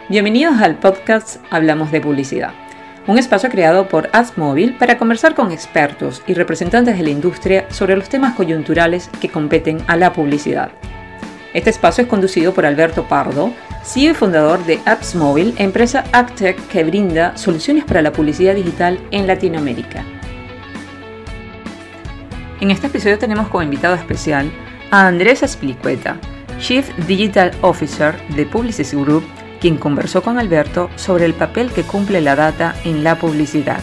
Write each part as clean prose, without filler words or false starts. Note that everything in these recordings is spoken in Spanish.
Bienvenidos al podcast Hablamos de Publicidad, un espacio creado por AdsMobile para conversar con expertos y representantes de la industria sobre los temas coyunturales que competen a la publicidad. Este espacio es conducido por Alberto Pardo, CEO y fundador de AdsMobile, empresa AdTech que brinda soluciones para la publicidad digital en Latinoamérica. En este episodio tenemos como invitado especial a Andrés Azpilicueta, Chief Digital Officer de Publicis Group, quien conversó con Alberto sobre el papel que cumple la data en la publicidad.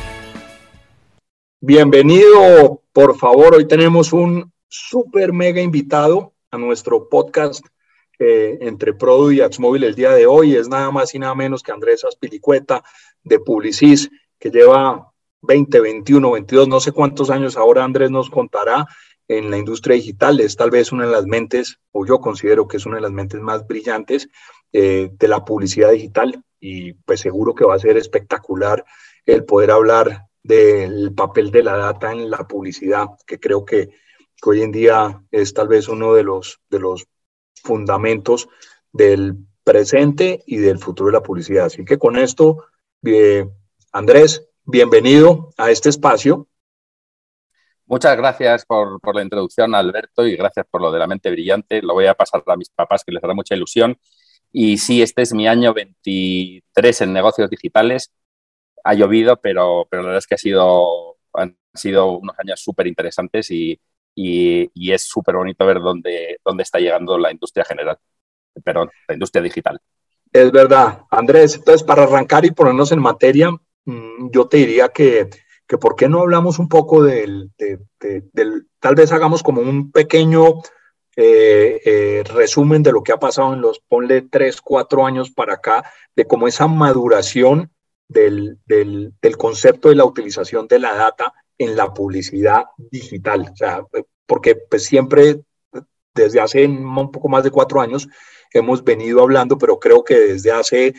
Bienvenido, por favor. Hoy tenemos un súper mega invitado a nuestro podcast entre Produ y AdsMobile el día de hoy. Es nada más y nada menos que Andrés Azpilicueta de Publicis, que lleva 20, 21, 22, no sé cuántos años ahora Andrés nos contará en la industria digital. Es tal vez una de las mentes, o yo considero que es una de las mentes más brillantes de la publicidad digital, y pues seguro que va a ser espectacular el poder hablar del papel de la data en la publicidad, que creo que hoy en día es tal vez uno de los fundamentos del presente y del futuro de la publicidad. Así que con esto, Andrés, bienvenido a este espacio. Muchas gracias por la introducción, Alberto, y gracias por lo de la mente brillante. Lo voy a pasar a mis papás, que les hará mucha ilusión. Y sí, este es mi año 23 en negocios digitales. Ha llovido, pero la verdad es que han sido unos años súper interesantes y es súper bonito ver dónde está llegando la industria la industria digital. Es verdad, Andrés. Entonces, para arrancar y ponernos en materia, yo te diría que ¿por qué no hablamos un poco tal vez hagamos como un pequeño resumen de lo que ha pasado en los, ponle 3, 4 años para acá, de cómo esa maduración del concepto de la utilización de la data en la publicidad digital? O sea, porque pues siempre, desde hace un poco más de 4 años, hemos venido hablando, pero creo que desde hace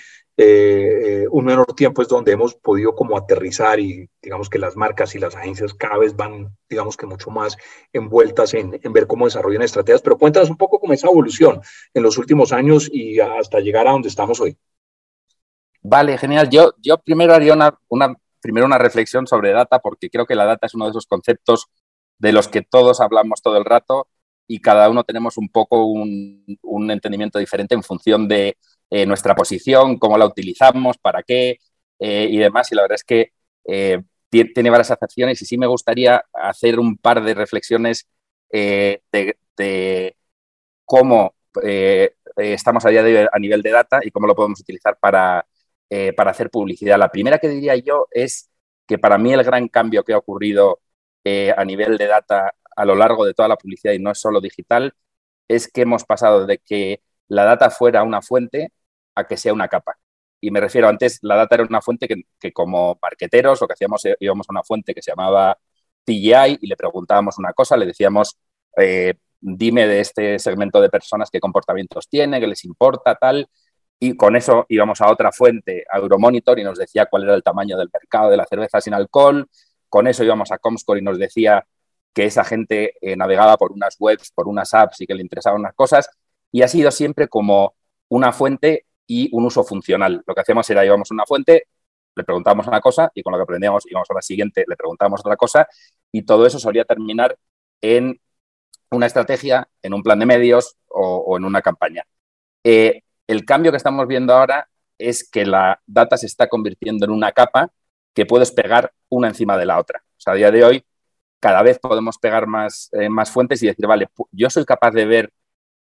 un menor tiempo es donde hemos podido como aterrizar, y digamos que las marcas y las agencias cada vez van, digamos que mucho más envueltas en ver cómo desarrollan estrategias. Pero cuéntanos un poco cómo esa evolución en los últimos años y hasta llegar a donde estamos hoy. Vale, genial. Yo primero haría una reflexión sobre data, porque creo que la data es uno de esos conceptos de los que todos hablamos todo el rato y cada uno tenemos un poco un entendimiento diferente en función de nuestra posición, cómo la utilizamos, para qué y demás. Y la verdad es que tiene varias acepciones, y sí me gustaría hacer un par de reflexiones de cómo estamos a día de hoy a nivel de data y cómo lo podemos utilizar para hacer publicidad. La primera que diría yo es que para mí el gran cambio que ha ocurrido a nivel de data a lo largo de toda la publicidad, y no es solo digital, es que hemos pasado de que la data fuera una fuente a que sea una capa. Y me refiero, antes la data era una fuente que como marqueteros lo que hacíamos, íbamos a una fuente que se llamaba TGI y le preguntábamos una cosa, le decíamos, dime de este segmento de personas qué comportamientos tiene, qué les importa, tal, y con eso íbamos a otra fuente, a Euromonitor, y nos decía cuál era el tamaño del mercado de la cerveza sin alcohol. Con eso íbamos a Comscore y nos decía que esa gente navegaba por unas webs, por unas apps y que le interesaban unas cosas, y ha sido siempre como una fuente y un uso funcional. Lo que hacíamos era, íbamos a una fuente, le preguntábamos una cosa y con lo que aprendíamos íbamos a la siguiente, le preguntábamos otra cosa, y todo eso solía terminar en una estrategia, en un plan de medios o en una campaña. El cambio que estamos viendo ahora es que la data se está convirtiendo en una capa que puedes pegar una encima de la otra. O sea, a día de hoy cada vez podemos pegar más fuentes y decir, vale, yo soy capaz de ver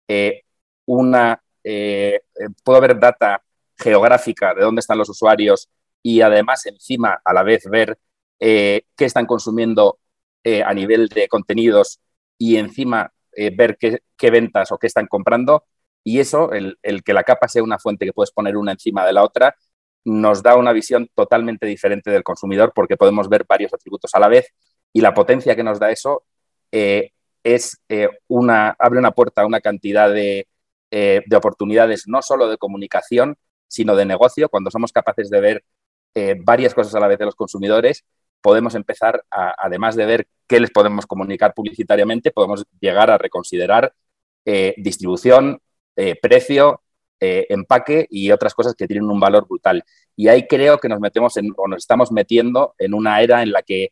puedo ver data geográfica de dónde están los usuarios, y además encima a la vez ver qué están consumiendo a nivel de contenidos, y encima ver qué ventas o qué están comprando. Y eso, el que la capa sea una fuente que puedes poner una encima de la otra, nos da una visión totalmente diferente del consumidor, porque podemos ver varios atributos a la vez, y la potencia que nos da eso abre una puerta a una cantidad de oportunidades, no solo de comunicación, sino de negocio. Cuando somos capaces de ver varias cosas a la vez de los consumidores, podemos empezar, además de ver qué les podemos comunicar publicitariamente, podemos llegar a reconsiderar distribución, precio empaque y otras cosas que tienen un valor brutal. Y ahí creo que nos estamos metiendo en una era en la que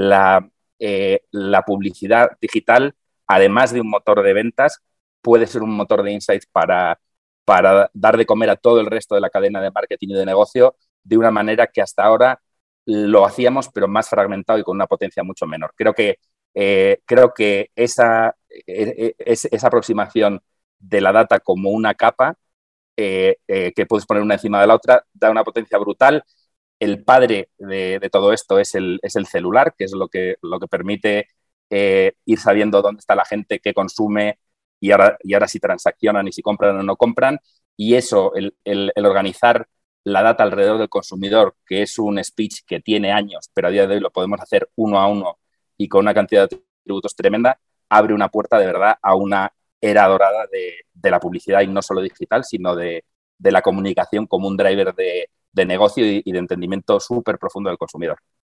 la publicidad digital, además de un motor de ventas, puede ser un motor de insights para dar de comer a todo el resto de la cadena de marketing y de negocio de una manera que hasta ahora lo hacíamos, pero más fragmentado y con una potencia mucho menor. Creo que esa aproximación de la data como una capa que puedes poner una encima de la otra da una potencia brutal. El padre de todo esto es el celular, que es lo que permite ir sabiendo dónde está la gente, qué consume y ahora si transaccionan y si compran o no compran. Y eso, el organizar la data alrededor del consumidor, que es un speech que tiene años, pero a día de hoy lo podemos hacer uno a uno y con una cantidad de atributos tremenda, abre una puerta de verdad a una era dorada de la publicidad, y no solo digital, sino de la comunicación como un driver de negocio y de entendimiento súper profundo del consumidor.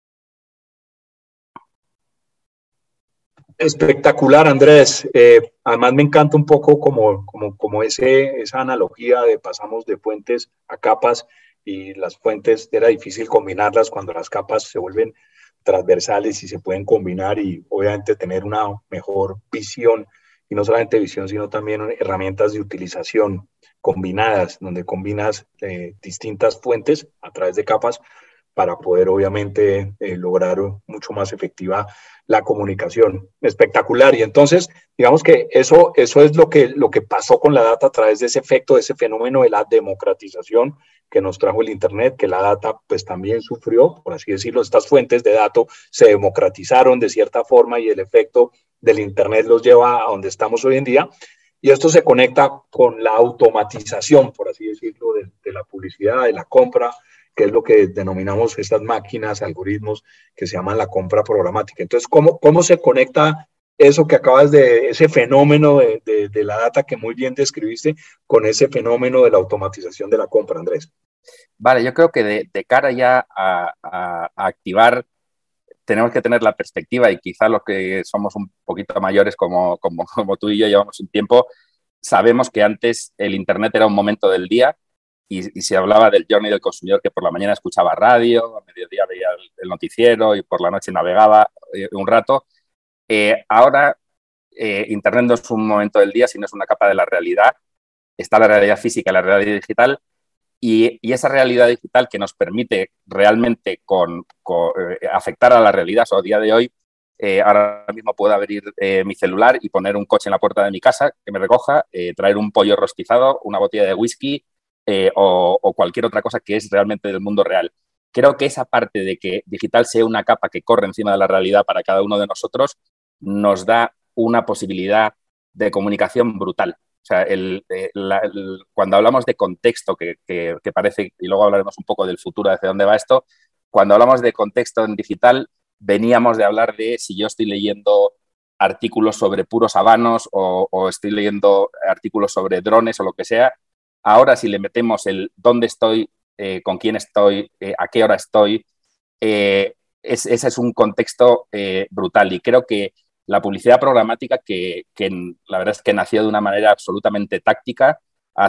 Espectacular, Andrés. Además me encanta un poco como esa analogía de pasamos de fuentes a capas, y las fuentes era difícil combinarlas cuando las capas se vuelven transversales y se pueden combinar y obviamente tener una mejor visión, y no solamente visión, sino también herramientas de utilización combinadas, donde combinas distintas fuentes a través de capas para poder obviamente lograr mucho más efectiva la comunicación. Espectacular. Y entonces, digamos que eso es lo que pasó con la data a través de ese efecto, de ese fenómeno de la democratización que nos trajo el Internet, que la data pues también sufrió, por así decirlo. Estas fuentes de datos se democratizaron de cierta forma y el efecto del Internet los lleva a donde estamos hoy en día. Y esto se conecta con la automatización, por así decirlo, de la publicidad, de la compra, que es lo que denominamos estas máquinas, algoritmos que se llaman la compra programática. Entonces, ¿cómo se conecta eso que acabas ese fenómeno de la data que muy bien describiste, con ese fenómeno de la automatización de la compra, Andrés? Vale, yo creo que de cara ya a activar, tenemos que tener la perspectiva, y quizá los que somos un poquito mayores como tú y yo llevamos un tiempo, sabemos que antes el Internet era un momento del día y se hablaba del journey del consumidor, que por la mañana escuchaba radio, a mediodía veía el noticiero y por la noche navegaba un rato. Ahora Internet no es un momento del día, sino es una capa de la realidad. Está la realidad física y la realidad digital, y esa realidad digital que nos permite realmente afectar a la realidad. O sea, a día de hoy, ahora mismo puedo abrir mi celular y poner un coche en la puerta de mi casa que me recoja, traer un pollo rostizado, una botella de whisky o cualquier otra cosa que es realmente del mundo real. Creo que esa parte de que digital sea una capa que corre encima de la realidad para cada uno de nosotros nos da una posibilidad de comunicación brutal. O sea, cuando hablamos de contexto, que parece, y luego hablaremos un poco del futuro, hacia dónde va esto, cuando hablamos de contexto en digital, veníamos de hablar de si yo estoy leyendo artículos sobre puros habanos o estoy leyendo artículos sobre drones o lo que sea. Ahora, si le metemos el dónde estoy, con quién estoy, a qué hora estoy, ese es un contexto brutal. Y creo que la publicidad programática, que la verdad es que nació de una manera absolutamente táctica,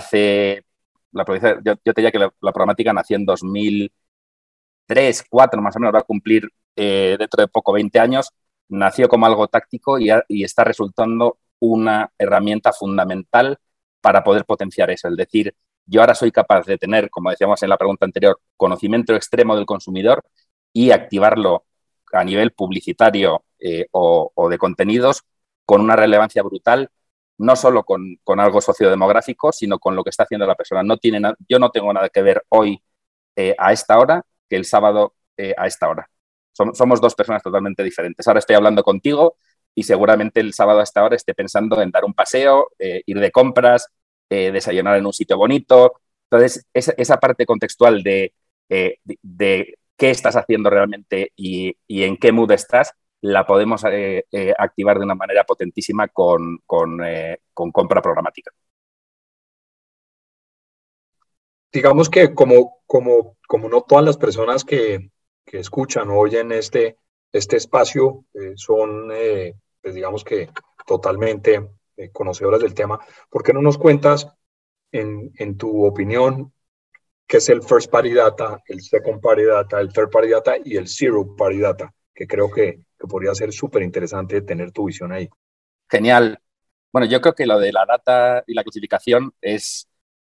yo te diría que la programática nació en 2003, 2004 más o menos, va a cumplir dentro de poco 20 años, nació como algo táctico y está resultando una herramienta fundamental para poder potenciar eso. Es decir, yo ahora soy capaz de tener, como decíamos en la pregunta anterior, conocimiento extremo del consumidor y activarlo a nivel publicitario o de contenidos con una relevancia brutal, no solo con algo sociodemográfico, sino con lo que está haciendo la persona. Yo no tengo nada que ver hoy a esta hora que el sábado a esta hora. Somos dos personas totalmente diferentes. Ahora estoy hablando contigo y seguramente el sábado a esta hora esté pensando en dar un paseo, ir de compras, desayunar en un sitio bonito. Entonces, esa parte contextual de qué estás haciendo realmente y en qué mood estás, la podemos activar de una manera potentísima con compra programática. Digamos que como no todas las personas que escuchan o oyen este espacio son, pues digamos que totalmente conocedoras del tema, ¿por qué no nos cuentas en tu opinión, qué es el first party data, el second party data, el third party data y el zero party data, que creo que podría ser súper interesante tener tu visión ahí. Genial. Bueno, yo creo que lo de la data y la clasificación es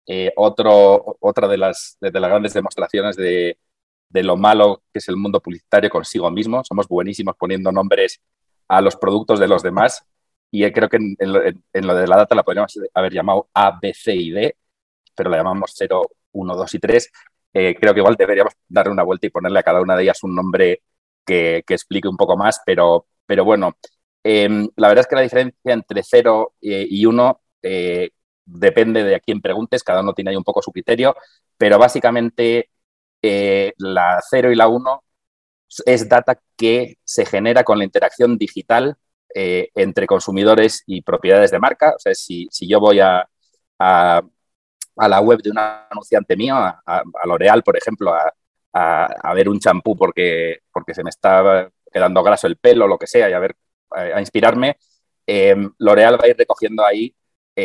otra de las grandes demostraciones de lo malo que es el mundo publicitario consigo mismo. Somos buenísimos poniendo nombres a los productos de los demás y creo que en lo de la data la podríamos haber llamado A, B, C y D, pero la llamamos 0, 1, 2 y 3. Creo que igual deberíamos darle una vuelta y ponerle a cada una de ellas un nombre que explique un poco más, pero bueno, la verdad es que la diferencia entre 0 y 1 depende de a quién preguntes, cada uno tiene ahí un poco su criterio, pero básicamente la 0 y la 1 es data que se genera con la interacción digital entre consumidores y propiedades de marca. O sea, si yo voy a la web de un anunciante mío, a L'Oréal, por ejemplo, a ver un champú porque se me está quedando graso el pelo o lo que sea, y a inspirarme, L'Oréal va a ir recogiendo ahí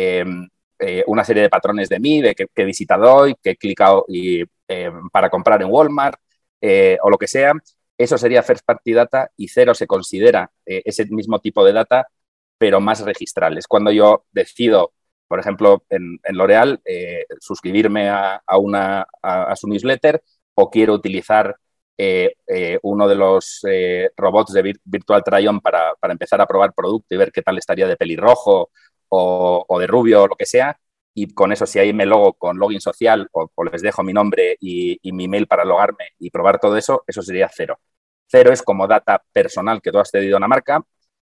una serie de patrones de mí, de que he visitado hoy, que he clicado para comprar en Walmart o lo que sea. Eso sería first party data y 0 se considera ese mismo tipo de data, pero más registral. Es cuando yo decido, por ejemplo, en L'Oréal, suscribirme a su newsletter o quiero utilizar uno de los robots de Virtual Try-On para empezar a probar producto y ver qué tal estaría de pelirrojo o de rubio o lo que sea. Y con eso, si ahí me logo con login social o les dejo mi nombre y mi email para logarme y probar todo eso, eso sería 0. 0 es como data personal que tú has cedido a una marca.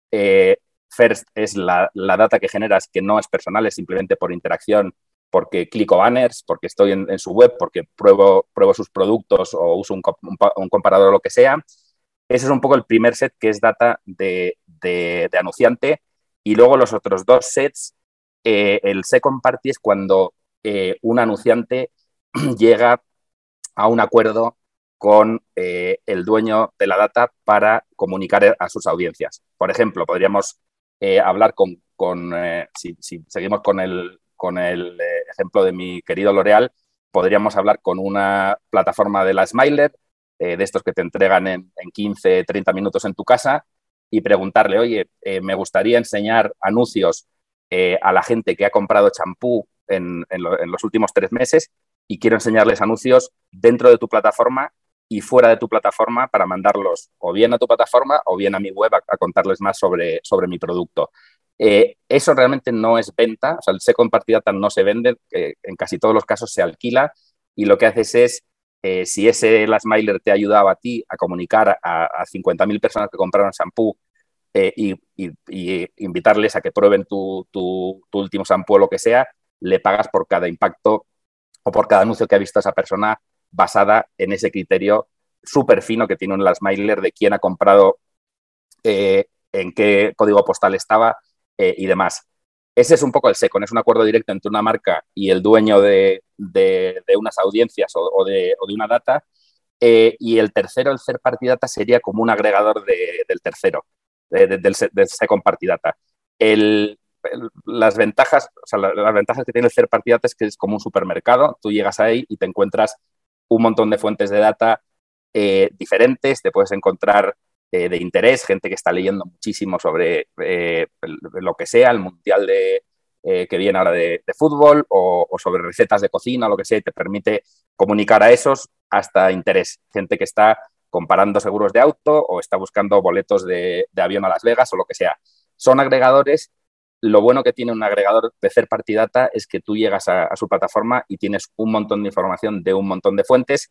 First es la data que generas que no es personal, es simplemente por interacción, porque clico banners, porque estoy en su web, porque pruebo sus productos o uso un comparador o lo que sea. Ese es un poco el primer set, que es data de anunciante. Y luego los otros dos sets, el second party es cuando un anunciante llega a un acuerdo con el dueño de la data para comunicar a sus audiencias. Por ejemplo, podríamos hablar si seguimos con el ejemplo de mi querido L'Oréal, podríamos hablar con una plataforma de la Smiler, de estos que te entregan en 15, 30 minutos en tu casa, y preguntarle, oye, me gustaría enseñar anuncios a la gente que ha comprado champú en los últimos 3 meses y quiero enseñarles anuncios dentro de tu plataforma y fuera de tu plataforma para mandarlos o bien a tu plataforma o bien a mi web a contarles más sobre mi producto. Eso realmente no es venta, o sea, el second party data no se vende, en casi todos los casos se alquila y lo que haces es, si ese Last Miler te ayudaba a ti a comunicar a 50.000 personas que compraron shampoo y invitarles a que prueben tu último shampoo o lo que sea, le pagas por cada impacto o por cada anuncio que ha visto esa persona basada en ese criterio súper fino que tiene un Last Miler de quién ha comprado, en qué código postal estaba y demás. Ese es un poco el second, es un acuerdo directo entre una marca y el dueño de unas audiencias o de una data. Y el tercero, el third party data, sería como un agregador del tercero, del second party data. Las ventajas que tiene el third party data es que es como un supermercado. Tú llegas ahí y te encuentras un montón de fuentes de data diferentes, te puedes encontrar de interés, gente que está leyendo muchísimo sobre lo que sea, el mundial que viene ahora de fútbol o sobre recetas de cocina o lo que sea, y te permite comunicar a esos hasta interés. Gente que está comparando seguros de auto o está buscando boletos de avión a Las Vegas o lo que sea. Son agregadores. Lo bueno que tiene un agregador de third party data es que tú llegas a su plataforma y tienes un montón de información de un montón de fuentes.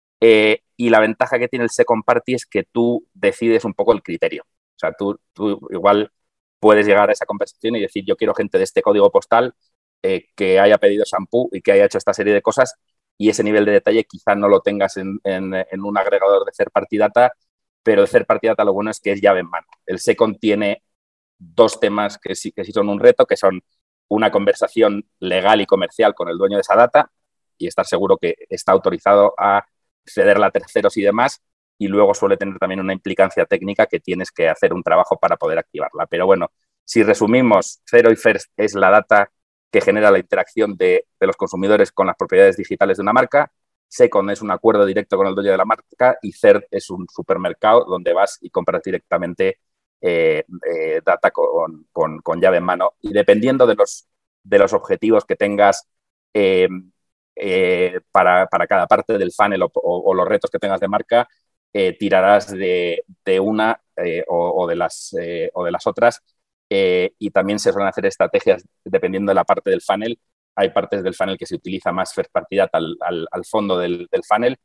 Y la ventaja que tiene el second party es que tú decides un poco el criterio. O sea, tú igual puedes llegar a esa conversación y decir, yo quiero gente de este código postal que haya pedido shampoo y que haya hecho esta serie de cosas, y ese nivel de detalle quizá no lo tengas en un agregador de third party data, pero el third party data lo bueno es que es llave en mano. El second tiene dos temas que sí son un reto, que son una conversación legal y comercial con el dueño de esa data y estar seguro que está autorizado a cederla a terceros y demás, y luego suele tener también una implicancia técnica que tienes que hacer un trabajo para poder activarla. Pero bueno, si resumimos, 0 y first es la data que genera la interacción de los consumidores con las propiedades digitales de una marca. Second es un acuerdo directo con el dueño de la marca y Third es un supermercado donde vas y compras directamente data con llave en mano. Y dependiendo de los objetivos que tengas para cada parte del funnel o los retos que tengas de marca, tirarás de una o de las otras. Y también se suelen hacer estrategias dependiendo de la parte del funnel. Hay partes del funnel que se utiliza más first party data al fondo del funnel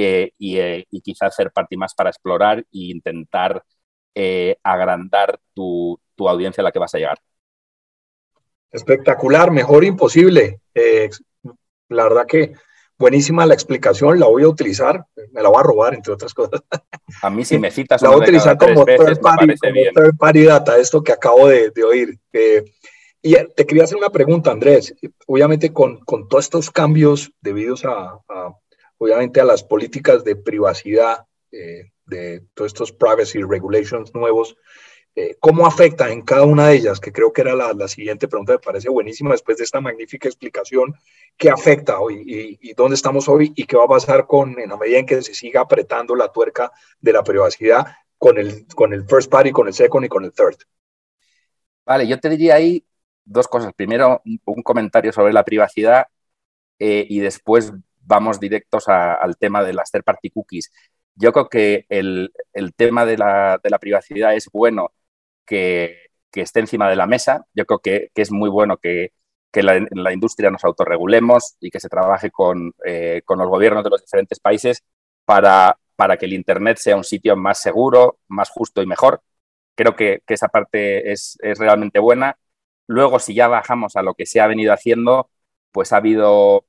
y quizás third party más para explorar e intentar agrandar tu audiencia a la que vas a llegar. Espectacular, mejor imposible. La verdad que buenísima la explicación, la voy a utilizar, me la voy a robar, entre otras cosas. A mí, si me citas la voy a utilizar como third party data, esto que acabo de oír. Y te quería hacer una pregunta, Andrés. Obviamente, con todos estos cambios debidos obviamente, a las políticas de privacidad, de todos estos privacy regulations nuevos, ¿cómo afecta en cada una de ellas? Que creo que era la siguiente pregunta, me parece buenísima después de esta magnífica explicación. ¿Qué afecta hoy y dónde estamos hoy y qué va a pasar en la medida en que se siga apretando la tuerca de la privacidad con el first party, con el second y con el third? Vale, yo te diría ahí dos cosas. Primero, un comentario sobre la privacidad y después vamos directos al tema de las third party cookies. Yo creo que el tema de la privacidad es bueno que esté encima de la mesa. Yo creo que es muy bueno que la industria nos autorregulemos y que se trabaje con los gobiernos de los diferentes países para que el Internet sea un sitio más seguro, más justo y mejor. Creo que esa parte es realmente buena. Luego, si ya bajamos a lo que se ha venido haciendo, pues ha habido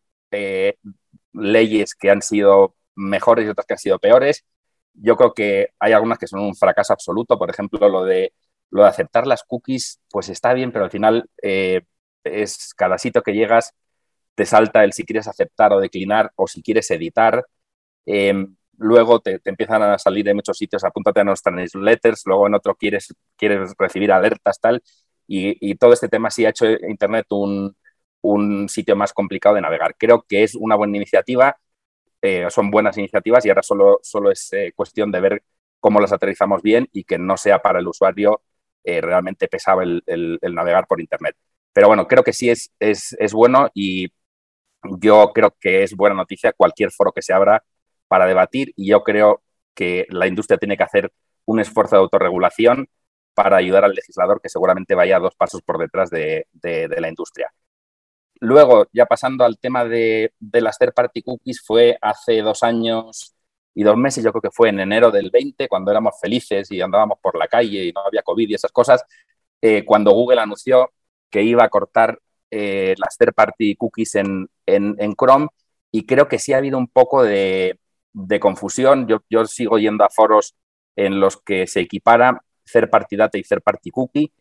leyes que han sido mejores y otras que han sido peores. Yo creo que hay algunas que son un fracaso absoluto. Por ejemplo, lo de aceptar las cookies, pues está bien, pero al final es cada sitio que llegas te salta el si quieres aceptar o declinar o si quieres editar. Luego te empiezan a salir de muchos sitios, apúntate a nuestras newsletters, luego en otro quieres recibir alertas, tal. Y todo este tema sí ha hecho Internet un sitio más complicado de navegar. Creo que es una buena iniciativa, son buenas iniciativas y ahora solo es cuestión de ver cómo las aterrizamos bien y que no sea para el usuario realmente pesado el navegar por Internet. Pero bueno, creo que sí es bueno y yo creo que es buena noticia cualquier foro que se abra para debatir y yo creo que la industria tiene que hacer un esfuerzo de autorregulación para ayudar al legislador que seguramente vaya 2 pasos por detrás de la industria. Luego, ya pasando al tema de las third party cookies, fue hace 2 años y 2 meses, yo creo que fue en enero del 20, cuando éramos felices y andábamos por la calle y no había COVID y esas cosas, cuando Google anunció que iba a cortar las third party cookies en Chrome y creo que sí ha habido un poco de confusión. Yo sigo yendo a foros en los que se equipara third party data y third party cookie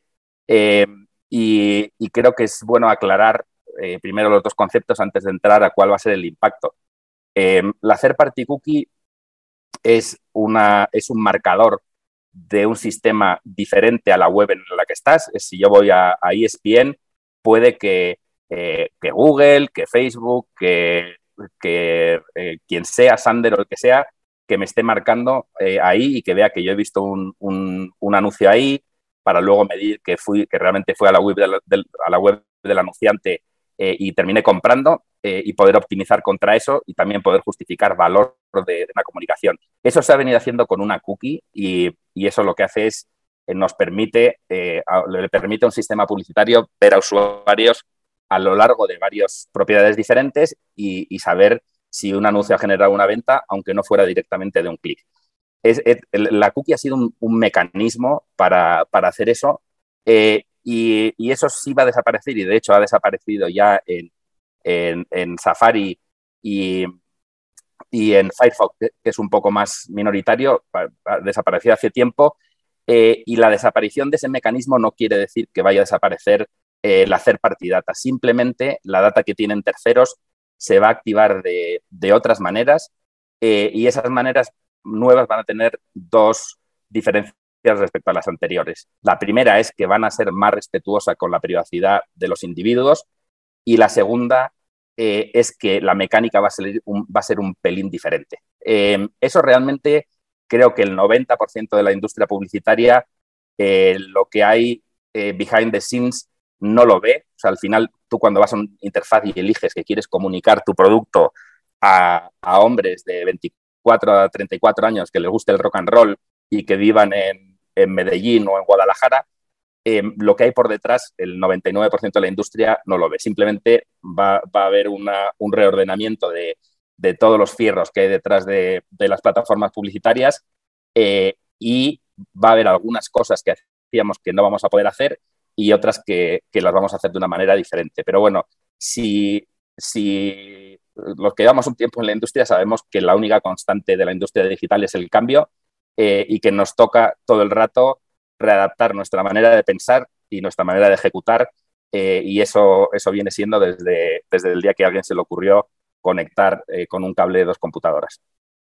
y creo que es bueno aclarar primero los dos conceptos antes de entrar a cuál va a ser el impacto. La third party cookie es un marcador de un sistema diferente a la web en la que estás. Si yo voy a ESPN, puede que Google, que Facebook, que quien sea, Sander o el que sea, que me esté marcando ahí y que vea que yo he visto un anuncio ahí para luego medir que realmente fue a la web del anunciante y terminé comprando y poder optimizar contra eso y también poder justificar valor de una comunicación. Eso se ha venido haciendo con una cookie y eso lo que hace es le permite a un sistema publicitario ver a usuarios a lo largo de varias propiedades diferentes y saber si un anuncio ha generado una venta, aunque no fuera directamente de un clic. La cookie ha sido un mecanismo para hacer eso y eso sí va a desaparecer y de hecho ha desaparecido ya en Safari y en Firefox, que es un poco más minoritario, desapareció hace tiempo y la desaparición de ese mecanismo no quiere decir que vaya a desaparecer la third party data. Simplemente la data que tienen terceros se va a activar de otras maneras y esas maneras nuevas van a tener 2 diferencias respecto a las anteriores. La primera es que van a ser más respetuosas con la privacidad de los individuos y la segunda es que la mecánica va a ser un pelín diferente. Eso realmente creo que el 90% de la industria publicitaria, lo que hay behind the scenes no lo ve. O sea, al final tú cuando vas a una interfaz y eliges que quieres comunicar tu producto a hombres de 24 a 34 años que les guste el rock and roll y que vivan en Medellín o en Guadalajara, lo que hay por detrás, el 99% de la industria no lo ve. Simplemente va a haber un reordenamiento de todos los fierros que hay detrás de las plataformas publicitarias y va a haber algunas cosas que hacíamos que no vamos a poder hacer y otras que las vamos a hacer de una manera diferente. Pero bueno, si los que llevamos un tiempo en la industria sabemos que la única constante de la industria digital es el cambio y que nos toca todo el rato readaptar nuestra manera de pensar y nuestra manera de ejecutar y eso viene siendo desde el día que a alguien se le ocurrió conectar con un cable de 2 computadoras.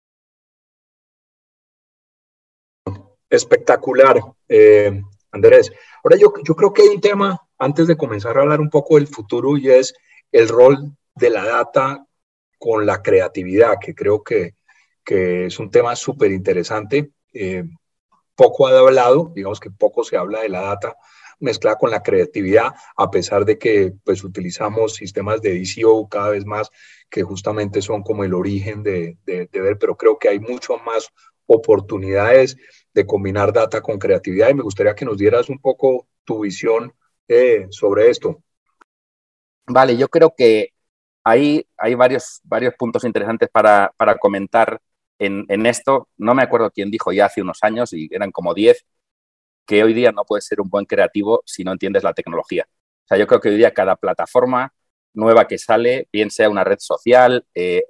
Espectacular, Andrés. Ahora yo creo que hay un tema, antes de comenzar a hablar un poco del futuro, y es el rol de la data con la creatividad, que creo que es un tema súper interesante. Poco ha hablado, digamos que poco se habla de la data mezclada con la creatividad, a pesar de que pues utilizamos sistemas de DCO cada vez más, que justamente son como el origen de ver, pero creo que hay mucho más oportunidades de combinar data con creatividad y me gustaría que nos dieras un poco tu visión sobre esto. Vale, yo creo que hay varios puntos interesantes para comentar en esto. No me acuerdo quién dijo ya hace unos años, y eran como 10, que hoy día no puedes ser un buen creativo si no entiendes la tecnología. O sea, yo creo que hoy día cada plataforma nueva que sale, bien sea una red social,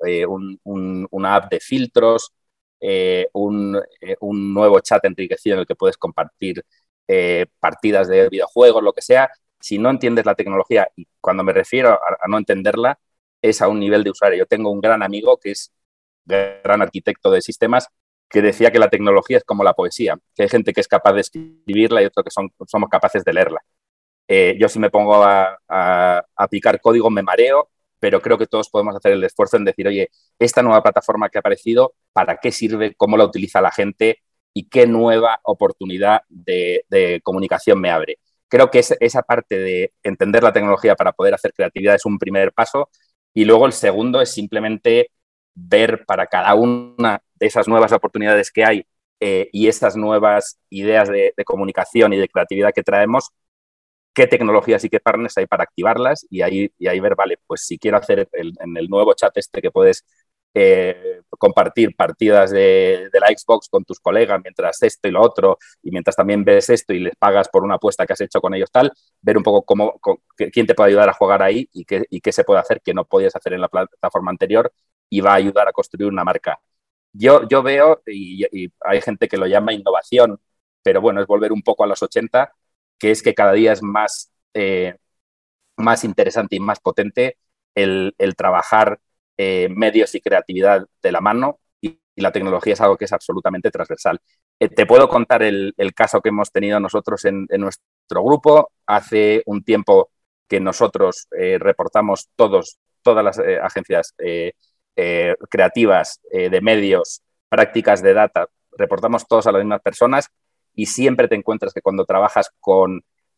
una app de filtros, un nuevo chat enriquecido en el que puedes compartir partidas de videojuegos, lo que sea, si no entiendes la tecnología, y cuando me refiero a no entenderla, es a un nivel de usuario. Yo tengo un gran amigo que es gran arquitecto de sistemas que decía que la tecnología es como la poesía, que hay gente que es capaz de escribirla y otros que somos capaces de leerla. Yo si me pongo a picar código me mareo, pero creo que todos podemos hacer el esfuerzo en decir, oye, esta nueva plataforma que ha aparecido, ¿para qué sirve? ¿Cómo la utiliza la gente? ¿Y qué nueva oportunidad de comunicación me abre? Creo que esa parte de entender la tecnología para poder hacer creatividad es un primer paso y luego el segundo es simplemente ver para cada una de esas nuevas oportunidades que hay y esas nuevas ideas de comunicación y de creatividad que traemos, qué tecnologías y qué partners hay para activarlas y ahí ver, vale, pues si quiero hacer en el nuevo chat que puedes compartir partidas de la Xbox con tus colegas mientras esto y lo otro y mientras también ves esto y les pagas por una apuesta que has hecho con ellos tal, ver un poco quién te puede ayudar a jugar ahí y qué se puede hacer que no podías hacer en la plataforma anterior y va a ayudar a construir una marca. Yo veo, y hay gente que lo llama innovación, pero bueno, es volver un poco a los 80, que es que cada día es más interesante y más potente el trabajar medios y creatividad de la mano y la tecnología es algo que es absolutamente transversal. Te puedo contar el caso que hemos tenido nosotros en nuestro grupo. Hace un tiempo que nosotros reportamos todas las agencias creativas de medios, prácticas de data, reportamos todos a las mismas personas y siempre te encuentras que cuando trabajas con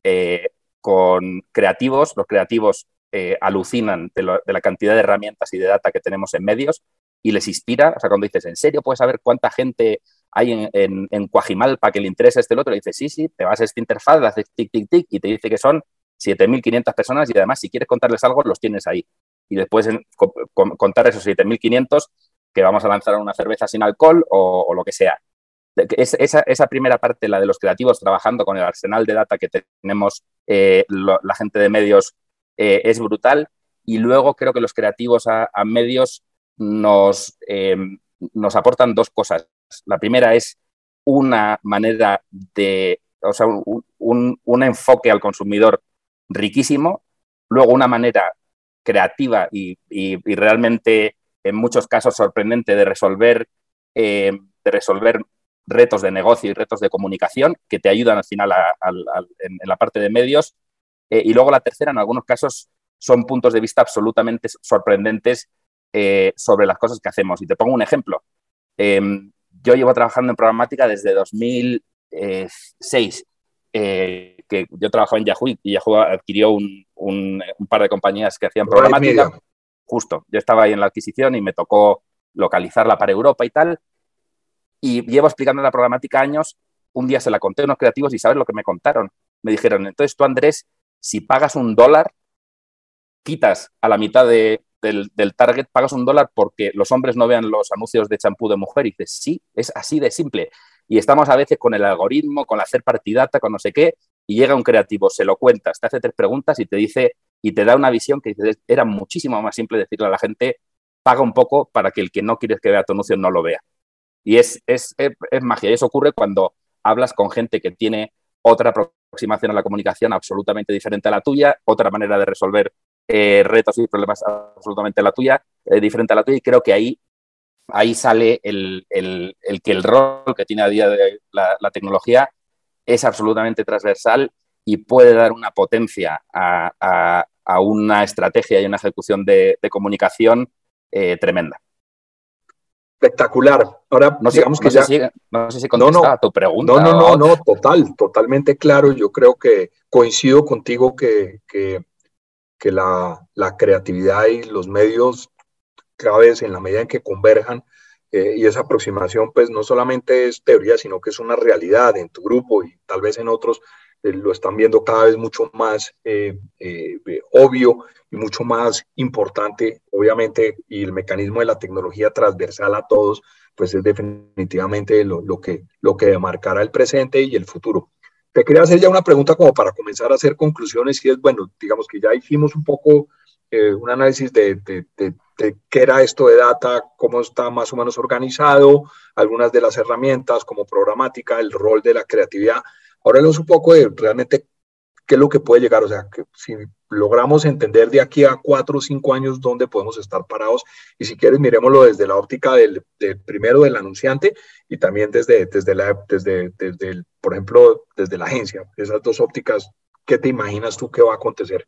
creativos, los creativos alucinan de la cantidad de herramientas y de data que tenemos en medios y les inspira. O sea, cuando dices, ¿en serio puedes saber cuánta gente hay en Coajimalpa que le interesa el otro? Le dices, sí, te vas a esta interfaz, le haces tic, tic, tic y te dice que son 7.500 personas y además si quieres contarles algo los tienes ahí. Y después contar esos 7.500 que vamos a lanzar una cerveza sin alcohol o lo que sea. Esa primera parte, la de los creativos trabajando con el arsenal de data que tenemos la gente de medios, es brutal. Y luego creo que los creativos a medios nos aportan dos cosas. La primera es una manera un enfoque al consumidor riquísimo. Luego una manera creativa y realmente en muchos casos sorprendente de resolver retos de negocio y retos de comunicación que te ayudan al final en la parte de medios. Y luego la tercera, en algunos casos, son puntos de vista absolutamente sorprendentes sobre las cosas que hacemos. Y te pongo un ejemplo. Yo llevo trabajando en programática desde 2006, que yo trabajaba en Yahoo y Yahoo adquirió un par de compañías que hacían programática. Justo, yo estaba ahí en la adquisición y me tocó localizarla para Europa y tal. Y llevo explicando la programática años. Un día se la conté a unos creativos y ¿sabes lo que me contaron? Me dijeron, entonces tú, Andrés, si pagas $1, quitas a la mitad del target, pagas $1 porque los hombres no vean los anuncios de champú de mujer. Y dices, sí, es así de simple. Y estamos a veces con el algoritmo, con hacer partidata, con no sé qué, y llega un creativo, se lo cuentas, te hace 3 preguntas y te dice, y te da una visión que dices, era muchísimo más simple decirle a la gente, paga un poco para que el que no quieres que vea tu anuncio no lo vea. Y es magia. Y eso ocurre cuando hablas con gente que tiene otra aproximación a la comunicación absolutamente diferente a la tuya, otra manera de resolver retos y problemas absolutamente diferente a la tuya, y creo que ahí sale el que el rol que tiene a día de hoy la tecnología es absolutamente transversal y puede dar una potencia a una estrategia y una ejecución de comunicación tremenda. Espectacular. Ahora, no digamos que no sé si contestaba a tu pregunta. No, totalmente claro. Yo creo que coincido contigo que la creatividad y los medios cada vez en la medida en que converjan, y esa aproximación pues no solamente es teoría, sino que es una realidad en tu grupo y tal vez en otros lo están viendo cada vez mucho más obvio y mucho más importante, obviamente, y el mecanismo de la tecnología transversal a todos, pues es definitivamente lo que demarcará el presente y el futuro. Te quería hacer ya una pregunta como para comenzar a hacer conclusiones, y es, bueno, digamos que ya hicimos un poco un análisis de qué era esto de data, cómo está más o menos organizado, algunas de las herramientas como programática, el rol de la creatividad. Ahora hablemos un poco de realmente qué es lo que puede llegar, o sea, que si logramos entender de aquí a 4 o 5 años dónde podemos estar parados, y si quieres miremoslo desde la óptica primero del anunciante y también desde por ejemplo, desde la agencia, esas dos ópticas, ¿qué te imaginas tú que va a acontecer?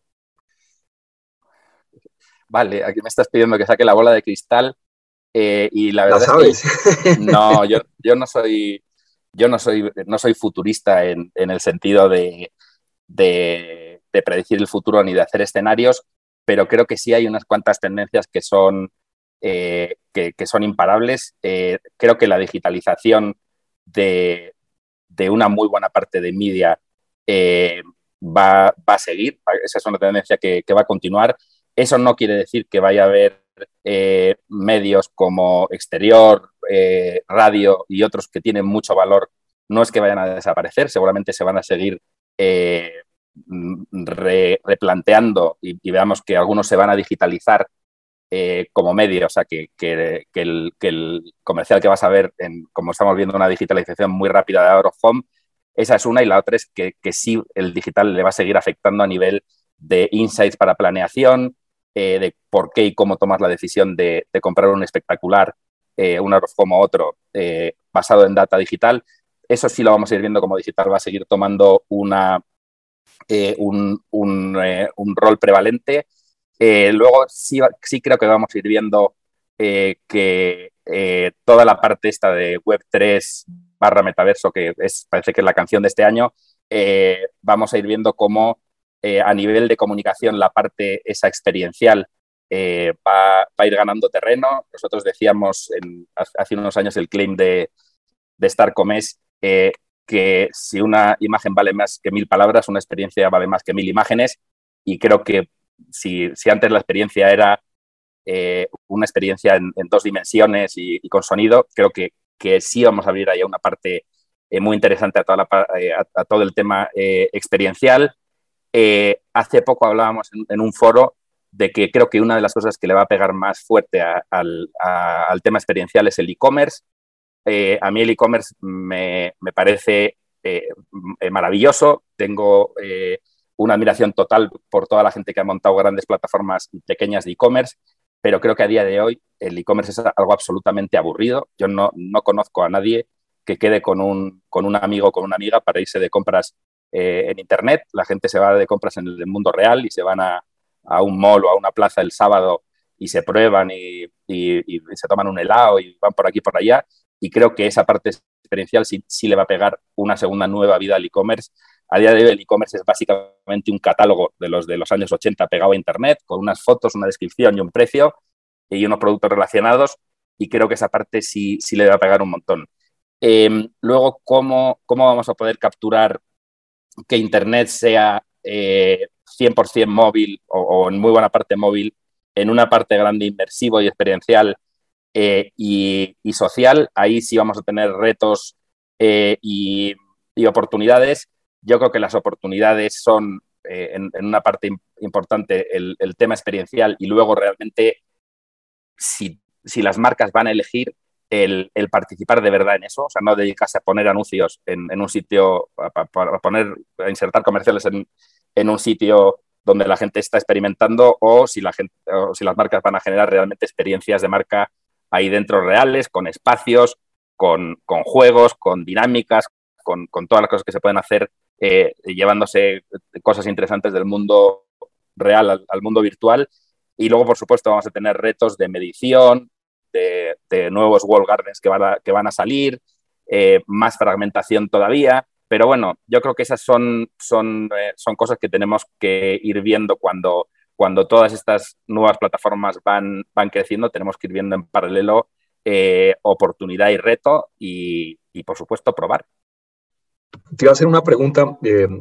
Vale, aquí me estás pidiendo que saque la bola de cristal y la verdad sabes. Es que no, yo no soy futurista en el sentido de predecir el futuro ni de hacer escenarios, pero creo que sí hay unas cuantas tendencias que son imparables. Creo que la digitalización de una muy buena parte de media va a seguir. Esa es una tendencia que va a continuar. Eso no quiere decir que vaya a haber medios como Exterior, radio y otros que tienen mucho valor. No es que vayan a desaparecer, seguramente se van a seguir replanteando y veamos que algunos se van a digitalizar como medio, o sea, que el comercial que vas a ver, como estamos viendo una digitalización muy rápida de Out of Home, esa es una, y la otra es que sí el digital le va a seguir afectando a nivel de insights para planeación, de por qué y cómo tomas la decisión de comprar un espectacular, un Out of Home o otro, basado en data digital. Eso sí lo vamos a ir viendo como digital va a seguir tomando un rol prevalente. Luego sí creo que vamos a ir viendo que toda la parte esta de Web3 / metaverso, que parece que es la canción de este año, vamos a ir viendo cómo a nivel de comunicación la parte esa experiencial va a ir ganando terreno. Nosotros decíamos hace unos años el claim de Starcom que si una imagen vale más que 1000 palabras, una experiencia vale más que 1000 imágenes, y creo que si antes la experiencia era una experiencia en 2 dimensiones y con sonido, creo que sí vamos a abrir ahí una parte muy interesante a todo el tema experiencial. Hace poco hablábamos en un foro de que creo que una de las cosas que le va a pegar más fuerte al tema experiencial es el e-commerce. A mí el e-commerce me parece maravilloso. Tengo una admiración total por toda la gente que ha montado grandes plataformas pequeñas de e-commerce, pero creo que a día de hoy el e-commerce es algo absolutamente aburrido. Yo no conozco a nadie que quede con un amigo o con una amiga para irse de compras en Internet. La gente se va de compras en el mundo real y se van a a un mall o a una plaza el sábado y se prueban y se toman un helado y van por aquí y por allá. Y creo que esa parte experiencial sí le va a pegar una segunda nueva vida al e-commerce. A día de hoy el e-commerce es básicamente un catálogo de los años 80 pegado a Internet, con unas fotos, una descripción y un precio y unos productos relacionados, y creo que esa parte sí le va a pegar un montón. Luego, ¿cómo vamos a poder capturar que Internet sea 100% móvil o en muy buena parte móvil, en una parte grande inmersivo y experiencial y social? Ahí sí vamos a tener retos y oportunidades. Yo creo que las oportunidades son en una parte importante el tema experiencial, y luego realmente si las marcas van a elegir el participar de verdad en eso, o sea, no dedicarse a poner anuncios en un sitio, a insertar comerciales en un sitio donde la gente está experimentando, o si las marcas van a generar realmente experiencias de marca ahí dentro reales, con espacios, con juegos, con dinámicas, con todas las cosas que se pueden hacer, llevándose cosas interesantes del mundo real al mundo virtual. Y luego, por supuesto, vamos a tener retos de medición, de nuevos walled gardens que van a salir, más fragmentación todavía. Pero bueno, yo creo que esas son cosas que tenemos que ir viendo cuando todas estas nuevas plataformas van creciendo. Tenemos que ir viendo en paralelo oportunidad y reto y, por supuesto, probar. Te iba a hacer una pregunta.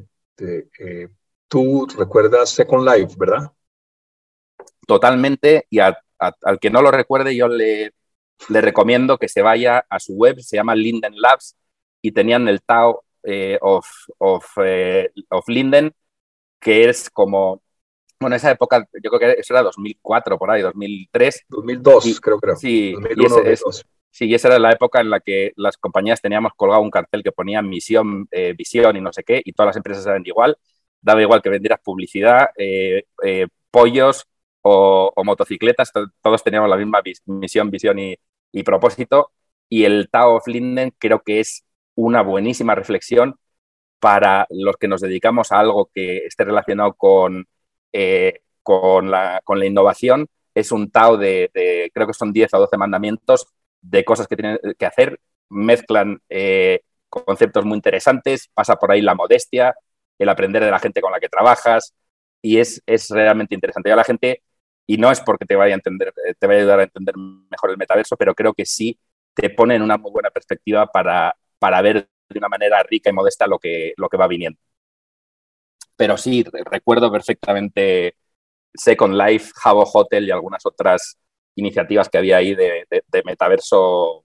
Tú recuerdas Second Life, ¿verdad? Totalmente, y al que no lo recuerde, yo le recomiendo que se vaya a su web. Se llama Linden Labs, y tenían el Tao of Linden, que es como, bueno, esa época, yo creo que eso era 2004, por ahí, 2003. 2002, creo que era. Sí, 2001, 2002. Sí, y esa era la época en la que las compañías teníamos colgado un cartel que ponía misión, visión y no sé qué, y todas las empresas eran igual. Daba igual que vendieras publicidad, pollos o motocicletas, todos teníamos la misma misión, visión y propósito. Y el Tao of Linden creo que es una buenísima reflexión para los que nos dedicamos a algo que esté relacionado con la innovación. Es un Tao creo que son 10 o 12 mandamientos de cosas que tienen que hacer. Mezclan conceptos muy interesantes, pasa por ahí la modestia, el aprender de la gente con la que trabajas, y es realmente interesante. Ya la gente, y no es porque te vaya a ayudar a entender mejor el metaverso, pero creo que sí te pone en una muy buena perspectiva para ver de una manera rica y modesta lo que va viniendo. Pero sí, recuerdo perfectamente Second Life, Habbo Hotel y algunas otras iniciativas que había ahí de metaverso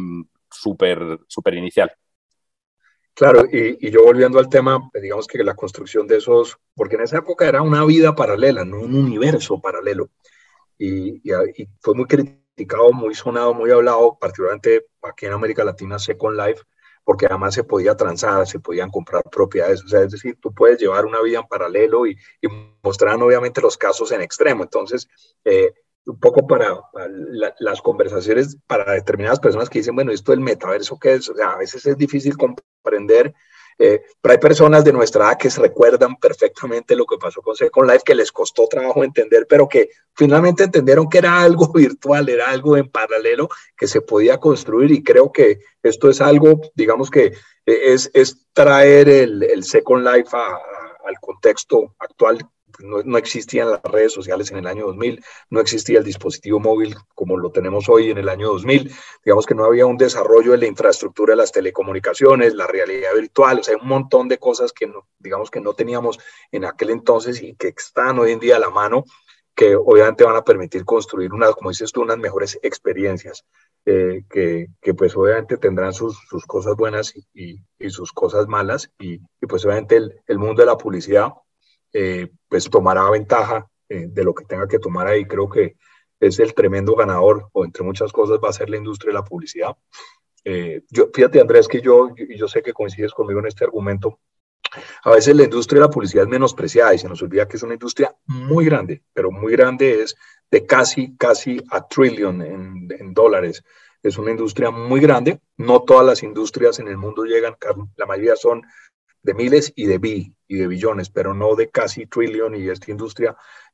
súper inicial. Claro, y yo volviendo al tema, digamos que la construcción de esos, porque en esa época era una vida paralela, no un universo paralelo, y fue muy criticado, muy sonado, muy hablado, particularmente aquí en América Latina, Second Life, porque además se podía transar, se podían comprar propiedades, o sea, es decir, tú puedes llevar una vida en paralelo y mostraron obviamente los casos en extremo. Entonces, un poco para las conversaciones para determinadas personas que dicen, bueno, esto del metaverso, ¿qué es? O sea, a veces es difícil comprender, pero hay personas de nuestra edad que se recuerdan perfectamente lo que pasó con Second Life, que les costó trabajo entender, pero que finalmente entendieron que era algo virtual, era algo en paralelo que se podía construir, y creo que esto es algo, digamos que es traer el Second Life al contexto actual. No existían las redes sociales en el año 2000, no existía el dispositivo móvil como lo tenemos hoy en el año 2000, digamos que no había un desarrollo de la infraestructura de las telecomunicaciones, la realidad virtual, o sea, un montón de cosas que digamos que no teníamos en aquel entonces y que están hoy en día a la mano, que obviamente van a permitir construir como dices tú, unas mejores experiencias, que pues obviamente tendrán sus cosas buenas y sus cosas malas, y pues obviamente el mundo de la publicidad pues tomará ventaja de lo que tenga que tomar ahí. Creo que es el tremendo ganador, o entre muchas cosas va a ser la industria de la publicidad. Fíjate, Andrés, que yo sé que coincides conmigo en este argumento. A veces la industria de la publicidad es menospreciada y se nos olvida que es una industria muy grande, pero muy grande, es de casi a trillion en dólares. Es una industria muy grande. No todas las industrias en el mundo llegan, la mayoría son de miles y de billones, pero no de casi trillion, y esta industria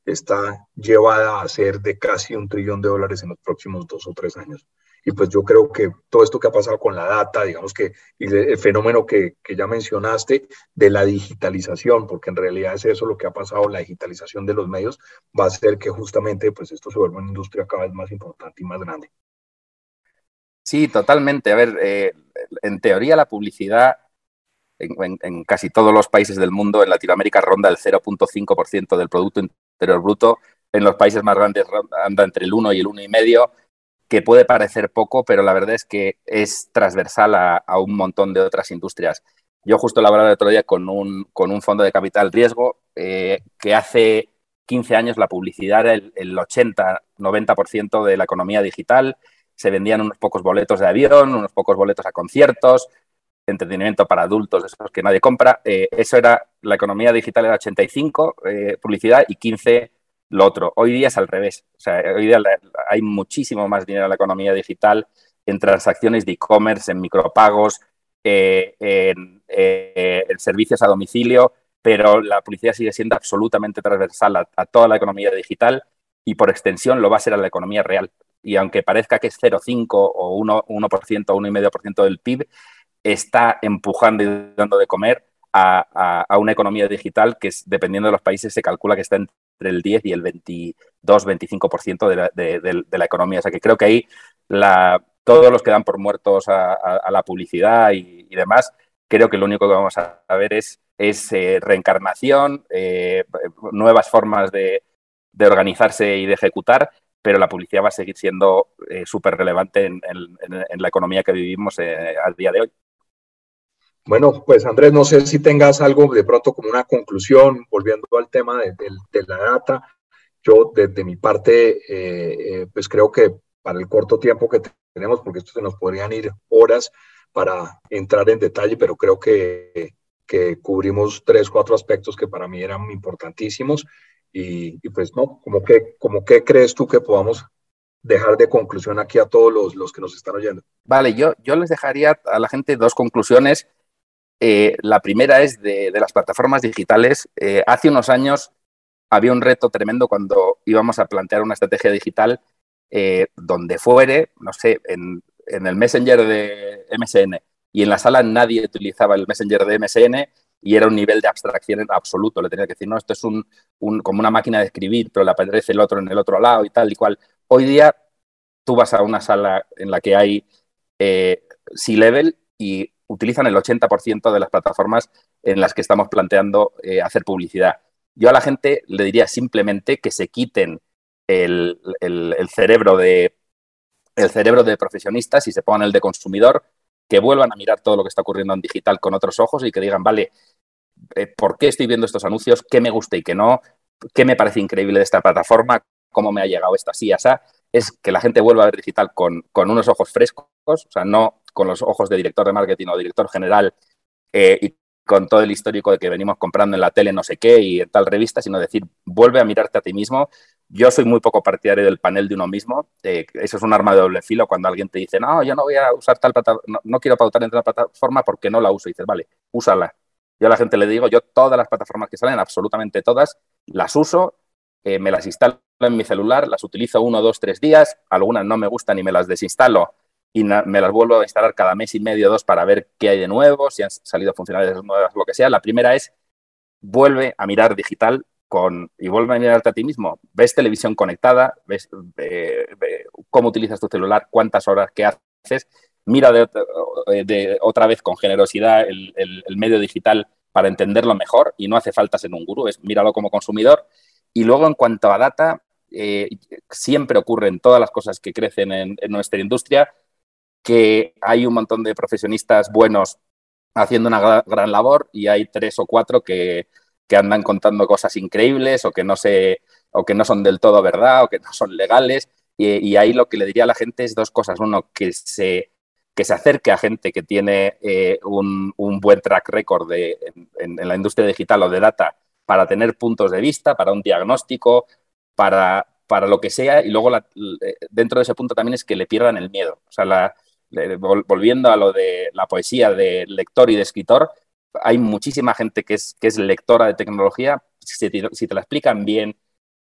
está llevada a ser de casi $1 trillón en los próximos 2 o 3 años. Y pues yo creo que todo esto que ha pasado con la data, digamos que y el fenómeno que ya mencionaste de la digitalización, porque en realidad es eso lo que ha pasado, la digitalización de los medios, va a hacer que justamente pues esto se vuelva una industria cada vez más importante y más grande. Sí, totalmente. A ver, en teoría la publicidad en casi todos los países del mundo, en Latinoamérica ronda el 0,5% del Producto Interior Bruto, en los países más grandes anda entre el 1 y el 1,5%, que puede parecer poco, pero la verdad es que es transversal a un montón de otras industrias. Yo justo lo hablaba el otro día con un fondo de capital riesgo que hace 15 años la publicidad era el 80-90% de la economía digital. Se vendían unos pocos boletos de avión, unos pocos boletos a conciertos, entretenimiento para adultos, esos que nadie compra. Eso era, la economía digital era 85, publicidad, y 15 lo otro. Hoy día es al revés. O sea, hoy día hay muchísimo más dinero en la economía digital, en transacciones de e-commerce, en micropagos, en servicios a domicilio, pero la publicidad sigue siendo absolutamente transversal a toda la economía digital y por extensión lo va a ser a la economía real. Y aunque parezca que es 0,5 o 1% o 1,5% del PIB, está empujando y dando de comer a una economía digital que, dependiendo de los países, se calcula que está entre el 10 y el 22-25% de la economía. O sea que creo que ahí todos los que dan por muertos a la publicidad y demás, creo que lo único que vamos a ver es reencarnación, nuevas formas de organizarse y de ejecutar, pero la publicidad va a seguir siendo súper relevante en la economía que vivimos al día de hoy. Bueno, pues Andrés, no sé si tengas algo de pronto como una conclusión, volviendo al tema de la data. Yo, desde mi parte, pues creo que para el corto tiempo que tenemos, porque esto se nos podrían ir horas para entrar en detalle, pero creo que cubrimos 3, 4 aspectos que para mí eran importantísimos. Y pues no, como que crees tú que podamos dejar de conclusión aquí a todos los que nos están oyendo. Vale, yo les dejaría a la gente 2 conclusiones. La primera es de las plataformas digitales. Hace unos años había un reto tremendo cuando íbamos a plantear una estrategia digital donde fuere, no sé, en el Messenger de MSN, y en la sala nadie utilizaba el Messenger de MSN y era un nivel de abstracción absoluto. Le tenía que decir, no, esto es como una máquina de escribir, pero le aparece el otro en el otro lado y tal y cual. Hoy día tú vas a una sala en la que hay C-Level y utilizan el 80% de las plataformas en las que estamos planteando hacer publicidad. Yo a la gente le diría simplemente que se quiten el cerebro de profesionistas y se pongan el de consumidor, que vuelvan a mirar todo lo que está ocurriendo en digital con otros ojos y que digan, vale, ¿por qué estoy viendo estos anuncios? ¿Qué me gusta y qué no? ¿Qué me parece increíble de esta plataforma? ¿Cómo me ha llegado esto así, así? Es que la gente vuelva a ver digital con unos ojos frescos, o sea, no con los ojos de director de marketing o director general y con todo el histórico de que venimos comprando en la tele no sé qué y en tal revista, sino decir, vuelve a mirarte a ti mismo. Yo soy muy poco partidario del panel de uno mismo. Eso es un arma de doble filo cuando alguien te dice, no, yo no voy a usar tal plataforma, no quiero pautar en tal plataforma porque no la uso. Y dices, vale, úsala. Yo a la gente le digo, yo todas las plataformas que salen, absolutamente todas, las uso, me las instalo en mi celular, las utilizo 1, 2, 3 días, algunas no me gustan y me las desinstalo y me las vuelvo a instalar cada mes y medio, 2, para ver qué hay de nuevo, si han salido funcionalidades nuevas, lo que sea. La primera es, vuelve a mirar digital y vuelve a mirarte a ti mismo. Ves televisión conectada, ves cómo utilizas tu celular, cuántas horas, qué haces. Mira otra vez con generosidad el medio digital para entenderlo mejor y no hace falta ser un gurú, míralo como consumidor. Y luego, en cuanto a data, siempre ocurren todas las cosas que crecen en nuestra industria, que hay un montón de profesionistas buenos haciendo una gran labor y hay 3 o 4 que andan contando cosas increíbles o que no son del todo verdad o que no son legales. Y ahí lo que le diría a la gente es 2 cosas. Uno, que se acerque a gente que tiene un buen track record en la industria digital o de data para tener puntos de vista, para un diagnóstico, para lo que sea. Y luego dentro de ese punto también es que le pierdan el miedo. O sea, volviendo a lo de la poesía de lector y de escritor, hay muchísima gente que es lectora de tecnología. Si te la explican bien,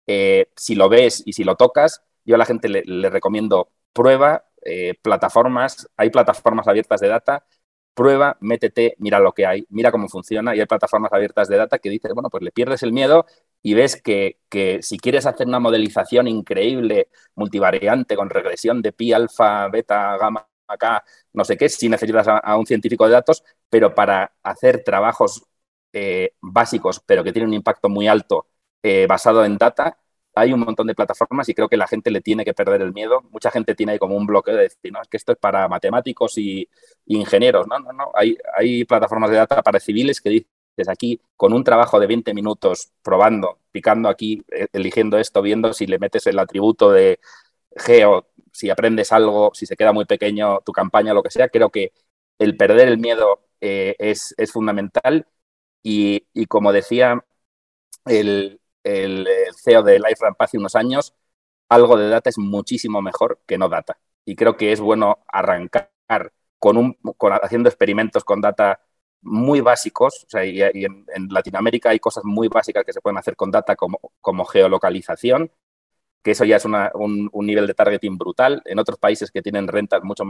si lo ves y si lo tocas, yo a la gente le recomiendo prueba plataformas, hay plataformas abiertas de data, prueba, métete, mira lo que hay, mira cómo funciona, y hay plataformas abiertas de data que dices, bueno, pues le pierdes el miedo y ves que si quieres hacer una modelización increíble, multivariante, con regresión de pi, alfa, beta, gamma, acá, no sé qué, si necesitas a un científico de datos, pero para hacer trabajos básicos, pero que tienen un impacto muy alto basado en data, hay un montón de plataformas y creo que la gente le tiene que perder el miedo. Mucha gente tiene ahí como un bloqueo de decir, no, es que esto es para matemáticos y ingenieros. No. Hay plataformas de data para civiles que dices aquí, con un trabajo de 20 minutos, probando, picando aquí, eligiendo esto, viendo si le metes el atributo de geo, si aprendes algo, si se queda muy pequeño tu campaña, lo que sea. Creo que el perder el miedo es fundamental y como decía el CEO de LiveRamp hace unos años, algo de data es muchísimo mejor que no data. Y creo que es bueno arrancar haciendo experimentos con data muy básicos. O sea, y en Latinoamérica hay cosas muy básicas que se pueden hacer con data como geolocalización, que eso ya es un nivel de targeting brutal. En otros países que tienen rentas mucho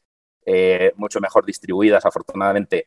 mejor distribuidas, afortunadamente,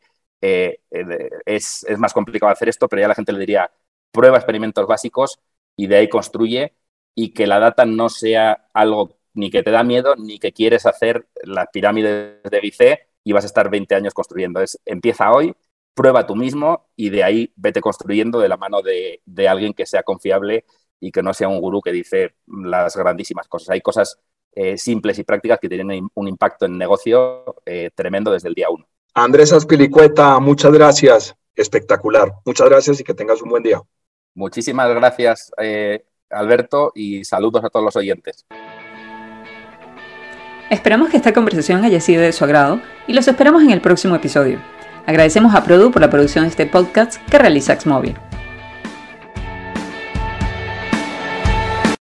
es más complicado hacer esto, pero ya la gente le diría, prueba experimentos básicos y de ahí construye, y que la data no sea algo ni que te da miedo ni que quieres hacer las pirámides de Gizeh y vas a estar 20 años construyendo. Empieza hoy, prueba tú mismo y de ahí vete construyendo de la mano de alguien que sea confiable y que no sea un gurú que dice las grandísimas cosas. Hay cosas simples y prácticas que tienen un impacto en negocio tremendo desde el día 1. Andrés Azpilicueta, muchas gracias. Espectacular. Muchas gracias y que tengas un buen día. Muchísimas gracias, Alberto, y saludos a todos los oyentes. Esperamos que esta conversación haya sido de su agrado y los esperamos en el próximo episodio. Agradecemos a Produ por la producción de este podcast que realiza AxMobil.